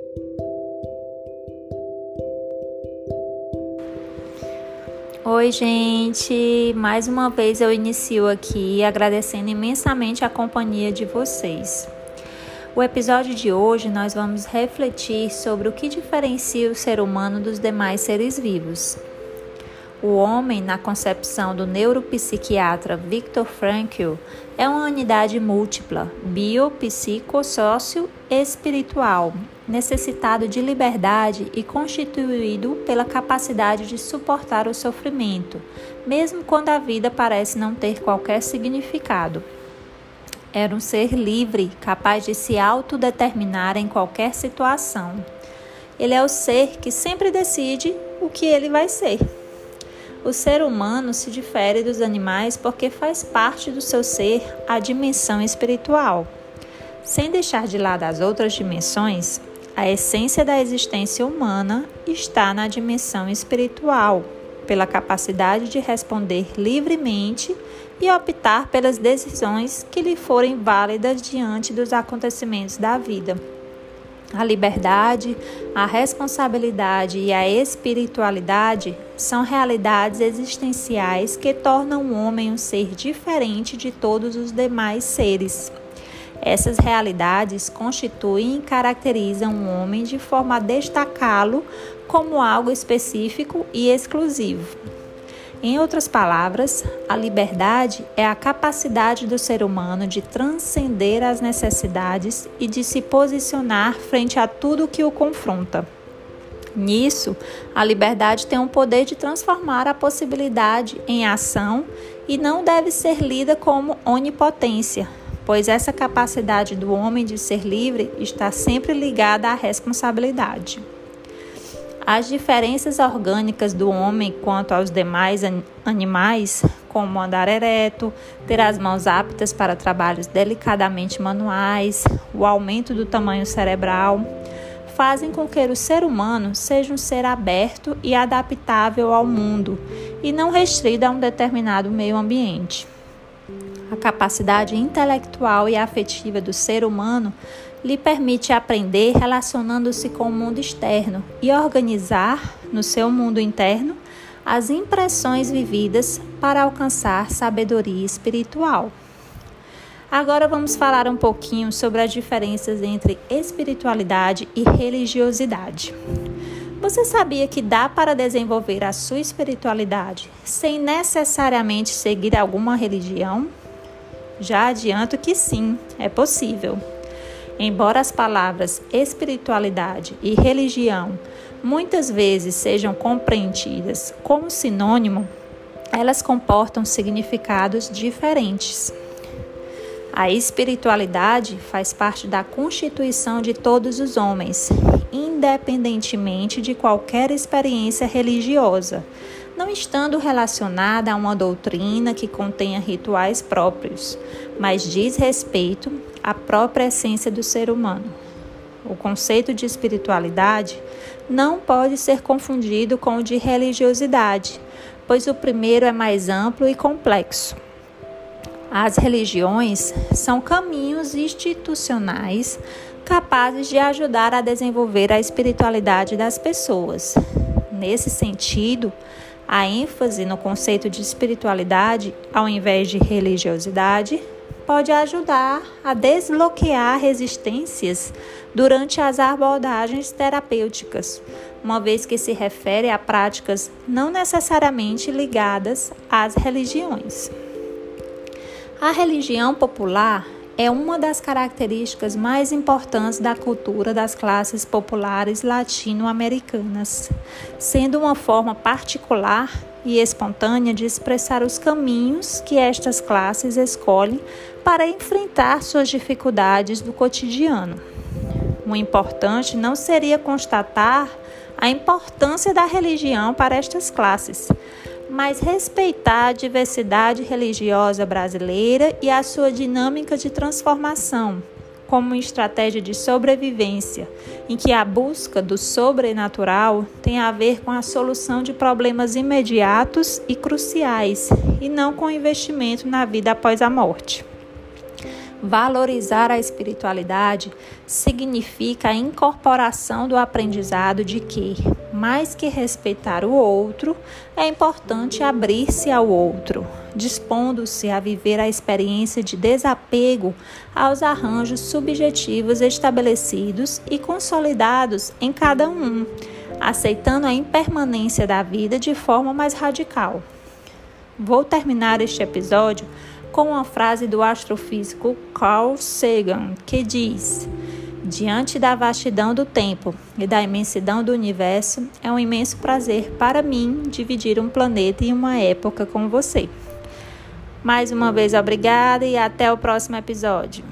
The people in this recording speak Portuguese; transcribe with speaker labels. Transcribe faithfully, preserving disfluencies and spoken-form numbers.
Speaker 1: Oi, gente! Mais uma vez eu inicio aqui agradecendo imensamente a companhia de vocês. O episódio de hoje nós vamos refletir sobre o que diferencia o ser humano dos demais seres vivos. O homem, na concepção do neuropsiquiatra Viktor Frankl, é uma unidade múltipla, bio, psico, sócio e espiritual, necessitado de liberdade e constituído pela capacidade de suportar o sofrimento, mesmo quando a vida parece não ter qualquer significado. Era um ser livre, capaz de se autodeterminar em qualquer situação. Ele é o ser que sempre decide o que ele vai ser. O ser humano se difere dos animais porque faz parte do seu ser a dimensão espiritual. Sem deixar de lado as outras dimensões, a essência da existência humana está na dimensão espiritual, pela capacidade de responder livremente e optar pelas decisões que lhe forem válidas diante dos acontecimentos da vida. A liberdade, a responsabilidade e a espiritualidade são realidades existenciais que tornam o homem um ser diferente de todos os demais seres. Essas realidades constituem e caracterizam o homem de forma a destacá-lo como algo específico e exclusivo. Em outras palavras, a liberdade é a capacidade do ser humano de transcender as necessidades e de se posicionar frente a tudo que o confronta. Nisso, a liberdade tem o poder de transformar a possibilidade em ação e não deve ser lida como onipotência, pois essa capacidade do homem de ser livre está sempre ligada à responsabilidade. As diferenças orgânicas do homem quanto aos demais animais, como andar ereto, ter as mãos aptas para trabalhos delicadamente manuais, o aumento do tamanho cerebral, fazem com que o ser humano seja um ser aberto e adaptável ao mundo e não restrito a um determinado meio ambiente. A capacidade intelectual e afetiva do ser humano lhe permite aprender relacionando-se com o mundo externo e organizar, no seu mundo interno, as impressões vividas para alcançar sabedoria espiritual. Agora vamos falar um pouquinho sobre as diferenças entre espiritualidade e religiosidade. Você sabia que dá para desenvolver a sua espiritualidade sem necessariamente seguir alguma religião? Já adianto que sim, é possível. Embora as palavras espiritualidade e religião muitas vezes sejam compreendidas como sinônimo, elas comportam significados diferentes. A espiritualidade faz parte da constituição de todos os homens, independentemente de qualquer experiência religiosa, não estando relacionada a uma doutrina que contenha rituais próprios, mas diz respeito à própria essência do ser humano. O conceito de espiritualidade não pode ser confundido com o de religiosidade, pois o primeiro é mais amplo e complexo. As religiões são caminhos institucionais capazes de ajudar a desenvolver a espiritualidade das pessoas. Nesse sentido, a ênfase no conceito de espiritualidade, ao invés de religiosidade, pode ajudar a desbloquear resistências durante as abordagens terapêuticas, uma vez que se refere a práticas não necessariamente ligadas às religiões. A religião popular é uma das características mais importantes da cultura das classes populares latino-americanas, sendo uma forma particular e espontânea de expressar os caminhos que estas classes escolhem para enfrentar suas dificuldades do cotidiano. O importante não seria constatar a importância da religião para estas classes, mas respeitar a diversidade religiosa brasileira e a sua dinâmica de transformação, como uma estratégia de sobrevivência, em que a busca do sobrenatural tem a ver com a solução de problemas imediatos e cruciais, e não com o investimento na vida após a morte. Valorizar a espiritualidade significa a incorporação do aprendizado de que, mais que respeitar o outro, é importante abrir-se ao outro, dispondo-se a viver a experiência de desapego aos arranjos subjetivos estabelecidos e consolidados em cada um, aceitando a impermanência da vida de forma mais radical. Vou terminar este episódio com uma frase do astrofísico Carl Sagan, que diz: diante da vastidão do tempo e da imensidão do universo, é um imenso prazer para mim dividir um planeta e uma época com você. Mais uma vez, obrigada e até o próximo episódio.